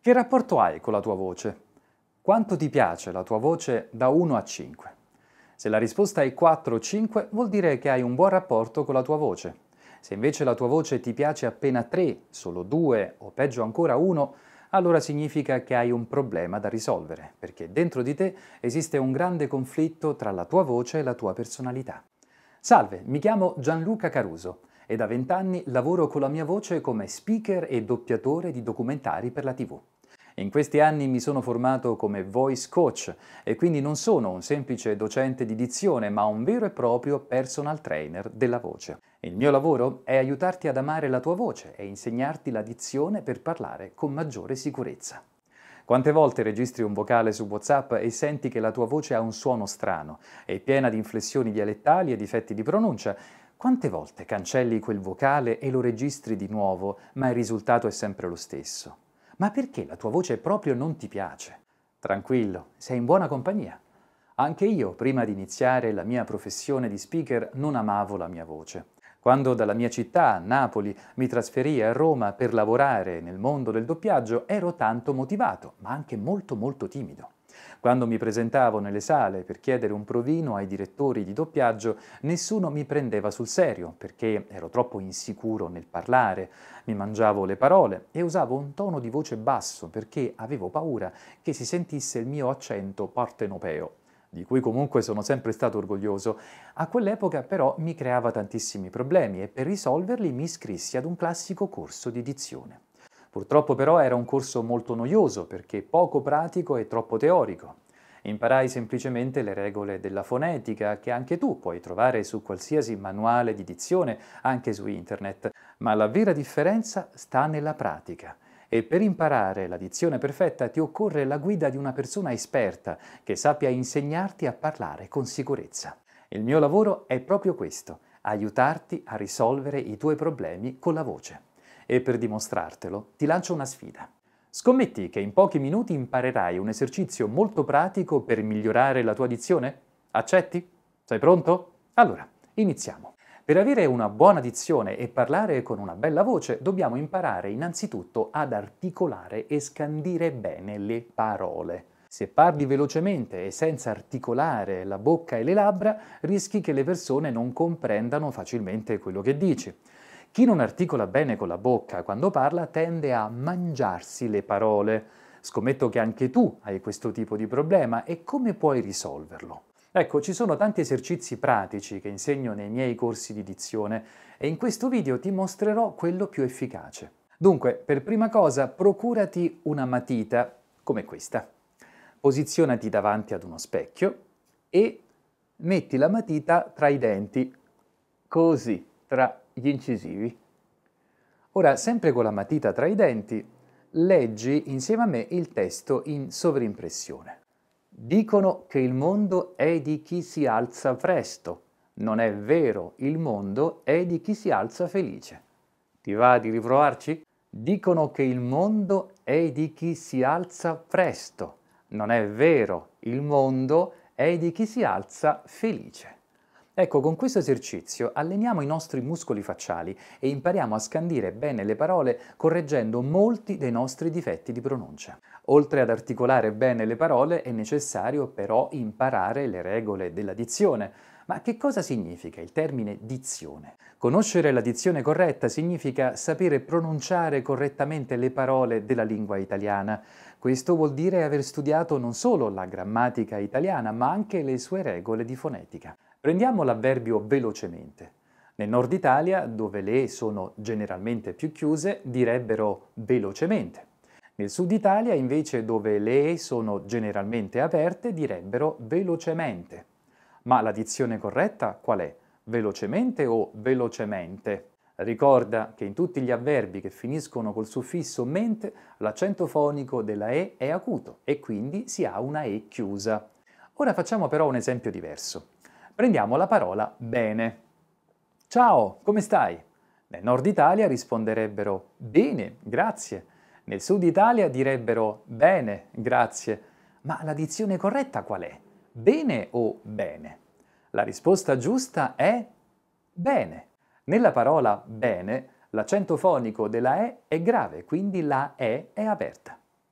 Che rapporto hai con la tua voce? Quanto ti piace la tua voce da 1 a 5? Se la risposta è 4 o 5, vuol dire che hai un buon rapporto con la tua voce. Se invece la tua voce ti piace appena 3, solo 2 o peggio ancora 1, allora significa che hai un problema da risolvere, perché dentro di te esiste un grande conflitto tra la tua voce e la tua personalità. Salve, mi chiamo Gianluca Caruso e da 20 anni lavoro con la mia voce come speaker e doppiatore di documentari per la TV. In questi anni mi sono formato come voice coach e quindi non sono un semplice docente di dizione, ma un vero e proprio personal trainer della voce. Il mio lavoro è aiutarti ad amare la tua voce e insegnarti la dizione per parlare con maggiore sicurezza. Quante volte registri un vocale su WhatsApp e senti che la tua voce ha un suono strano, è piena di inflessioni dialettali e difetti di pronuncia? Quante volte cancelli quel vocale e lo registri di nuovo, ma il risultato è sempre lo stesso? Ma perché la tua voce proprio non ti piace? Tranquillo, sei in buona compagnia. Anche io, prima di iniziare la mia professione di speaker, non amavo la mia voce. Quando dalla mia città, Napoli, mi trasferii a Roma per lavorare nel mondo del doppiaggio, ero tanto motivato, ma anche molto timido. Quando mi presentavo nelle sale per chiedere un provino ai direttori di doppiaggio, nessuno mi prendeva sul serio perché ero troppo insicuro nel parlare, mi mangiavo le parole e usavo un tono di voce basso perché avevo paura che si sentisse il mio accento partenopeo, di cui comunque sono sempre stato orgoglioso. A quell'epoca però mi creava tantissimi problemi e per risolverli mi iscrissi ad un classico corso di dizione. Purtroppo però era un corso molto noioso perché poco pratico e troppo teorico. Imparai semplicemente le regole della fonetica che anche tu puoi trovare su qualsiasi manuale di dizione, anche su internet, ma la vera differenza sta nella pratica. E per imparare la dizione perfetta ti occorre la guida di una persona esperta che sappia insegnarti a parlare con sicurezza. Il mio lavoro è proprio questo, aiutarti a risolvere i tuoi problemi con la voce. E per dimostrartelo ti lancio una sfida. Scommetti che in pochi minuti imparerai un esercizio molto pratico per migliorare la tua dizione? Accetti? Sei pronto? Allora, iniziamo. Per avere una buona dizione e parlare con una bella voce dobbiamo imparare innanzitutto ad articolare e scandire bene le parole. Se parli velocemente e senza articolare la bocca e le labbra, rischi che le persone non comprendano facilmente quello che dici. Chi non articola bene con la bocca quando parla tende a mangiarsi le parole. Scommetto che anche tu hai questo tipo di problema e come puoi risolverlo? Ecco, ci sono tanti esercizi pratici che insegno nei miei corsi di dizione e in questo video ti mostrerò quello più efficace. Dunque, per prima cosa, procurati una matita come questa. Posizionati davanti ad uno specchio e metti la matita tra i denti, così, tra gli incisivi. Ora, sempre con la matita tra i denti, leggi insieme a me il testo in sovrimpressione. Dicono che il mondo è di chi si alza presto. Non è vero, il mondo è di chi si alza felice. Ti va di riprovarci? Dicono che il mondo è di chi si alza presto. Non è vero, il mondo è di chi si alza felice. Ecco, con questo esercizio alleniamo i nostri muscoli facciali e impariamo a scandire bene le parole correggendo molti dei nostri difetti di pronuncia. Oltre ad articolare bene le parole è necessario però imparare le regole della dizione. Ma che cosa significa il termine dizione? Conoscere la dizione corretta significa sapere pronunciare correttamente le parole della lingua italiana. Questo vuol dire aver studiato non solo la grammatica italiana, ma anche le sue regole di fonetica. Prendiamo l'avverbio velocemente. Nel nord Italia, dove le E sono generalmente più chiuse, direbbero velocemente. Nel sud Italia, invece, dove le E sono generalmente aperte, direbbero velocemente. Ma la dizione corretta qual è? Velocemente o velocemente? Ricorda che in tutti gli avverbi che finiscono col suffisso mente, l'accento fonico della E è acuto e quindi si ha una E chiusa. Ora facciamo però un esempio diverso. Prendiamo la parola bene. Ciao, come stai? Nel nord Italia risponderebbero bene, grazie. Nel sud Italia direbbero bene, grazie. Ma la dizione corretta qual è? Bene o bene? La risposta giusta è bene. Nella parola bene, l'accento fonico della E è grave, quindi la E è aperta.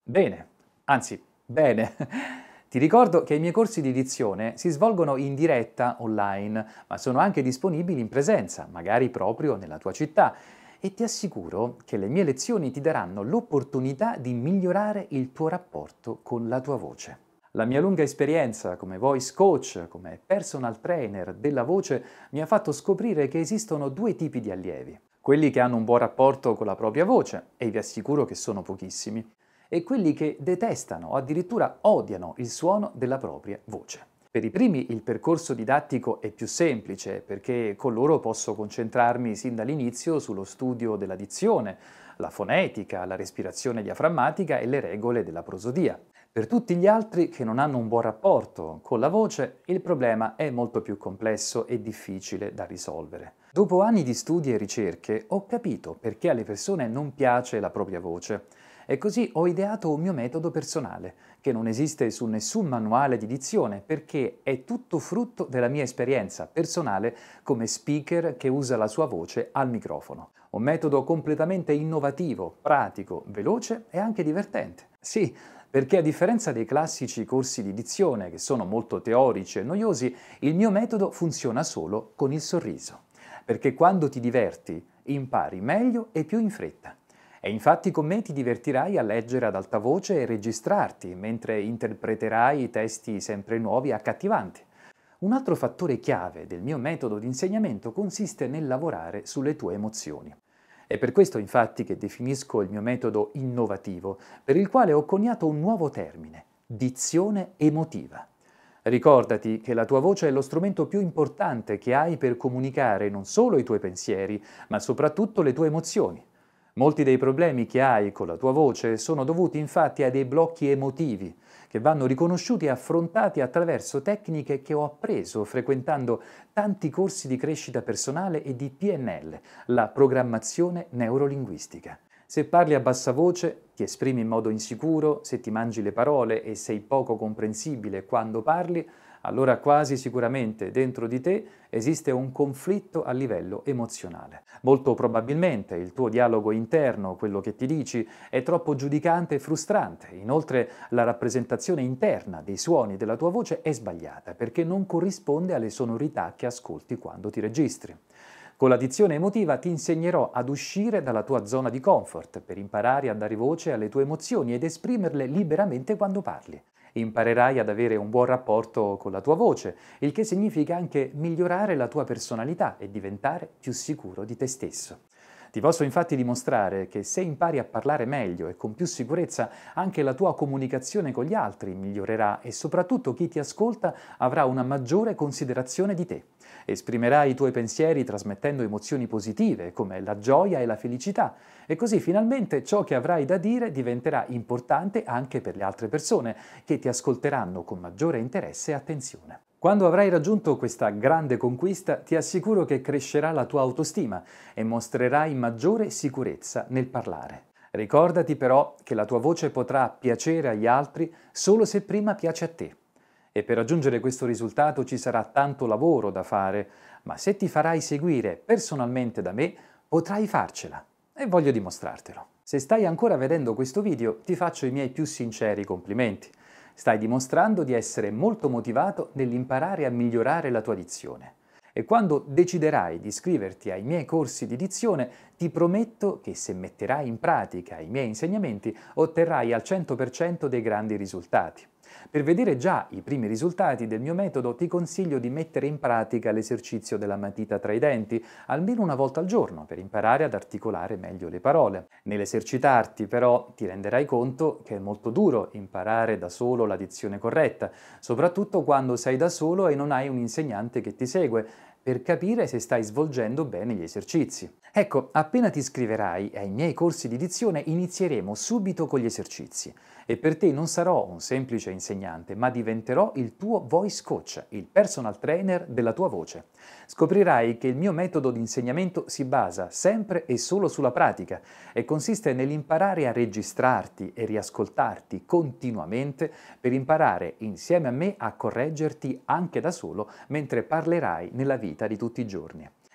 Bene, anzi, bene. Ti ricordo che i miei corsi di dizione si svolgono in diretta online, ma sono anche disponibili in presenza, magari proprio nella tua città, e ti assicuro che le mie lezioni ti daranno l'opportunità di migliorare il tuo rapporto con la tua voce. La mia lunga esperienza come voice coach, come personal trainer della voce, mi ha fatto scoprire che esistono due tipi di allievi. Quelli che hanno un buon rapporto con la propria voce, e vi assicuro che sono pochissimi, e quelli che detestano o addirittura odiano il suono della propria voce. Per i primi il percorso didattico è più semplice perché con loro posso concentrarmi sin dall'inizio sullo studio della dizione, la fonetica, la respirazione diaframmatica e le regole della prosodia. Per tutti gli altri che non hanno un buon rapporto con la voce, il problema è molto più complesso e difficile da risolvere. Dopo anni di studi e ricerche ho capito perché alle persone non piace la propria voce. E così ho ideato un mio metodo personale, che non esiste su nessun manuale di dizione perché è tutto frutto della mia esperienza personale come speaker che usa la sua voce al microfono. Un metodo completamente innovativo, pratico, veloce e anche divertente. Sì, perché a differenza dei classici corsi di dizione che sono molto teorici e noiosi, il mio metodo funziona solo con il sorriso. Perché quando ti diverti, impari meglio e più in fretta. E infatti con me ti divertirai a leggere ad alta voce e registrarti, mentre interpreterai testi sempre nuovi e accattivanti. Un altro fattore chiave del mio metodo di insegnamento consiste nel lavorare sulle tue emozioni. È per questo infatti che definisco il mio metodo innovativo, per il quale ho coniato un nuovo termine, dizione emotiva. Ricordati che la tua voce è lo strumento più importante che hai per comunicare non solo i tuoi pensieri, ma soprattutto le tue emozioni. Molti dei problemi che hai con la tua voce sono dovuti infatti a dei blocchi emotivi, che vanno riconosciuti e affrontati attraverso tecniche che ho appreso frequentando tanti corsi di crescita personale e di PNL, la programmazione neurolinguistica. Se parli a bassa voce, ti esprimi in modo insicuro, se ti mangi le parole e sei poco comprensibile quando parli, allora quasi sicuramente dentro di te esiste un conflitto a livello emozionale. Molto probabilmente il tuo dialogo interno, quello che ti dici, è troppo giudicante e frustrante. Inoltre la rappresentazione interna dei suoni della tua voce è sbagliata perché non corrisponde alle sonorità che ascolti quando ti registri. Con la dizione emotiva ti insegnerò ad uscire dalla tua zona di comfort per imparare a dare voce alle tue emozioni ed esprimerle liberamente quando parli. Imparerai ad avere un buon rapporto con la tua voce, il che significa anche migliorare la tua personalità e diventare più sicuro di te stesso. Ti posso infatti dimostrare che se impari a parlare meglio e con più sicurezza, anche la tua comunicazione con gli altri migliorerà e soprattutto chi ti ascolta avrà una maggiore considerazione di te. Esprimerai i tuoi pensieri trasmettendo emozioni positive come la gioia e la felicità e così finalmente ciò che avrai da dire diventerà importante anche per le altre persone che ti ascolteranno con maggiore interesse e attenzione. Quando avrai raggiunto questa grande conquista, ti assicuro che crescerà la tua autostima e mostrerai maggiore sicurezza nel parlare. Ricordati però che la tua voce potrà piacere agli altri solo se prima piace a te. E per raggiungere questo risultato ci sarà tanto lavoro da fare, ma se ti farai seguire personalmente da me, potrai farcela. E voglio dimostrartelo. Se stai ancora vedendo questo video, ti faccio i miei più sinceri complimenti. Stai dimostrando di essere molto motivato nell'imparare a migliorare la tua dizione. E quando deciderai di iscriverti ai miei corsi di dizione, ti prometto che se metterai in pratica i miei insegnamenti, otterrai al 100% dei grandi risultati. Per vedere già i primi risultati del mio metodo, ti consiglio di mettere in pratica l'esercizio della matita tra i denti, almeno una volta al giorno, per imparare ad articolare meglio le parole. Nell'esercitarti, però, ti renderai conto che è molto duro imparare da solo la dizione corretta, soprattutto quando sei da solo e non hai un insegnante che ti segue, per capire se stai svolgendo bene gli esercizi. Ecco, appena ti iscriverai ai miei corsi di dizione inizieremo subito con gli esercizi e per te non sarò un semplice insegnante, ma diventerò il tuo voice coach, il personal trainer della tua voce. Scoprirai che il mio metodo di insegnamento si basa sempre e solo sulla pratica e consiste nell'imparare a registrarti e riascoltarti continuamente per imparare insieme a me a correggerti anche da solo mentre parlerai nella vita di tutti i giorni.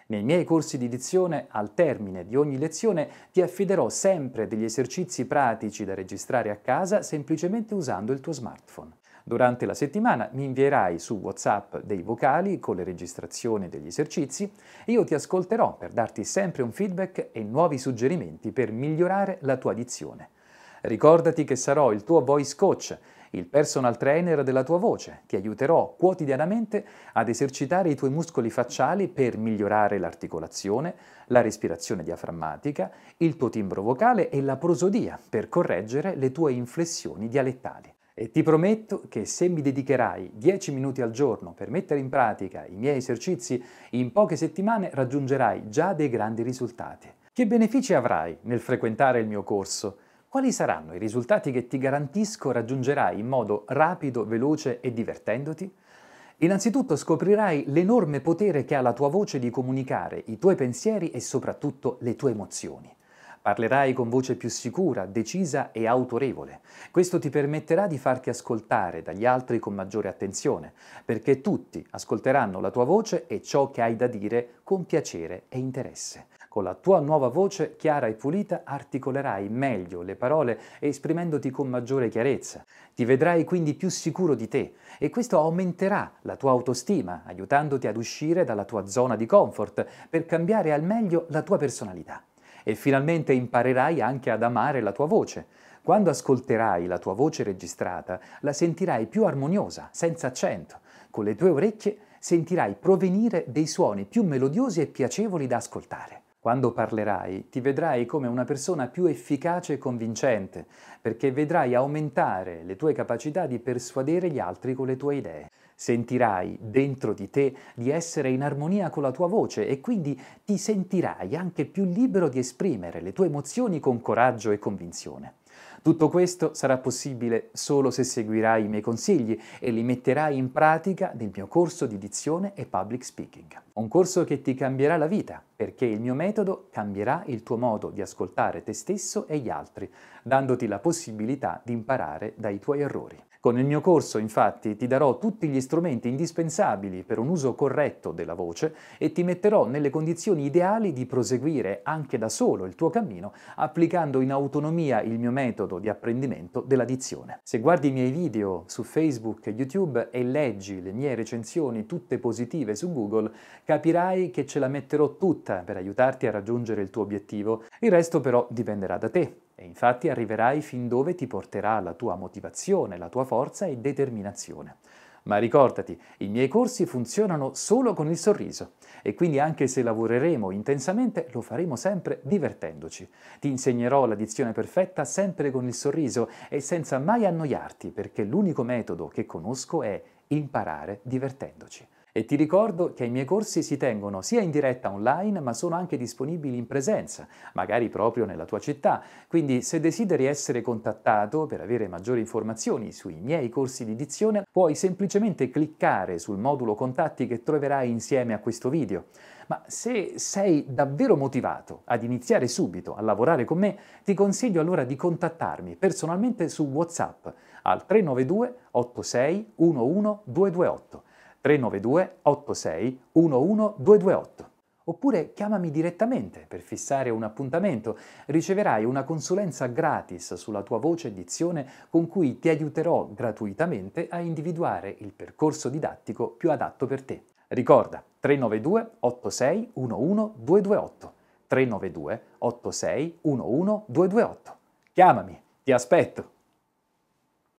Nei miei corsi di dizione, al termine di ogni lezione, ti affiderò sempre degli esercizi pratici da registrare a casa semplicemente usando il tuo smartphone. Durante la settimana mi invierai su WhatsApp dei vocali con le registrazioni degli esercizi e io ti ascolterò per darti sempre un feedback e nuovi suggerimenti per migliorare la tua dizione. Ricordati che sarò il tuo voice coach, il personal trainer della tua voce. Ti aiuterò quotidianamente ad esercitare i tuoi muscoli facciali per migliorare l'articolazione, la respirazione diaframmatica, il tuo timbro vocale e la prosodia per correggere le tue inflessioni dialettali. E ti prometto che se mi dedicherai 10 minuti al giorno per mettere in pratica i miei esercizi, in poche settimane raggiungerai già dei grandi risultati. Che benefici avrai nel frequentare il mio corso? Quali saranno i risultati che ti garantisco raggiungerai in modo rapido, veloce e divertendoti? Innanzitutto scoprirai l'enorme potere che ha la tua voce di comunicare i tuoi pensieri e soprattutto le tue emozioni. Parlerai con voce più sicura, decisa e autorevole. Questo ti permetterà di farti ascoltare dagli altri con maggiore attenzione, perché tutti ascolteranno la tua voce e ciò che hai da dire con piacere e interesse. Con la tua nuova voce chiara e pulita articolerai meglio le parole esprimendoti con maggiore chiarezza. Ti vedrai quindi più sicuro di te e questo aumenterà la tua autostima, aiutandoti ad uscire dalla tua zona di comfort per cambiare al meglio la tua personalità. E finalmente imparerai anche ad amare la tua voce. Quando ascolterai la tua voce registrata, la sentirai più armoniosa, senza accento. Con le tue orecchie sentirai provenire dei suoni più melodiosi e piacevoli da ascoltare. Quando parlerai, ti vedrai come una persona più efficace e convincente, perché vedrai aumentare le tue capacità di persuadere gli altri con le tue idee. Sentirai dentro di te di essere in armonia con la tua voce e quindi ti sentirai anche più libero di esprimere le tue emozioni con coraggio e convinzione. Tutto questo sarà possibile solo se seguirai i miei consigli e li metterai in pratica nel mio corso di dizione e public speaking. Un corso che ti cambierà la vita, perché il mio metodo cambierà il tuo modo di ascoltare te stesso e gli altri, dandoti la possibilità di imparare dai tuoi errori. Con il mio corso, infatti, ti darò tutti gli strumenti indispensabili per un uso corretto della voce e ti metterò nelle condizioni ideali di proseguire anche da solo il tuo cammino, applicando in autonomia il mio metodo di apprendimento della dizione. Se guardi i miei video su Facebook e YouTube e leggi le mie recensioni tutte positive su Google, capirai che ce la metterò tutta per aiutarti a raggiungere il tuo obiettivo. Il resto però dipenderà da te. E infatti arriverai fin dove ti porterà la tua motivazione, la tua forza e determinazione. Ma ricordati, i miei corsi funzionano solo con il sorriso e quindi anche se lavoreremo intensamente lo faremo sempre divertendoci. Ti insegnerò la dizione perfetta sempre con il sorriso e senza mai annoiarti perché l'unico metodo che conosco è imparare divertendoci. E ti ricordo che i miei corsi si tengono sia in diretta online, ma sono anche disponibili in presenza, magari proprio nella tua città. Quindi se desideri essere contattato per avere maggiori informazioni sui miei corsi di dizione, puoi semplicemente cliccare sul modulo contatti che troverai insieme a questo video. Ma se sei davvero motivato ad iniziare subito a lavorare con me, ti consiglio allora di contattarmi personalmente su WhatsApp al 392 86 11 228. 392 86 11 228. Oppure chiamami direttamente per fissare un appuntamento. Riceverai una consulenza gratis sulla tua voce e dizione con cui ti aiuterò gratuitamente a individuare il percorso didattico più adatto per te. Ricorda 392 86 11 228. 392 86 11 228. Chiamami, ti aspetto!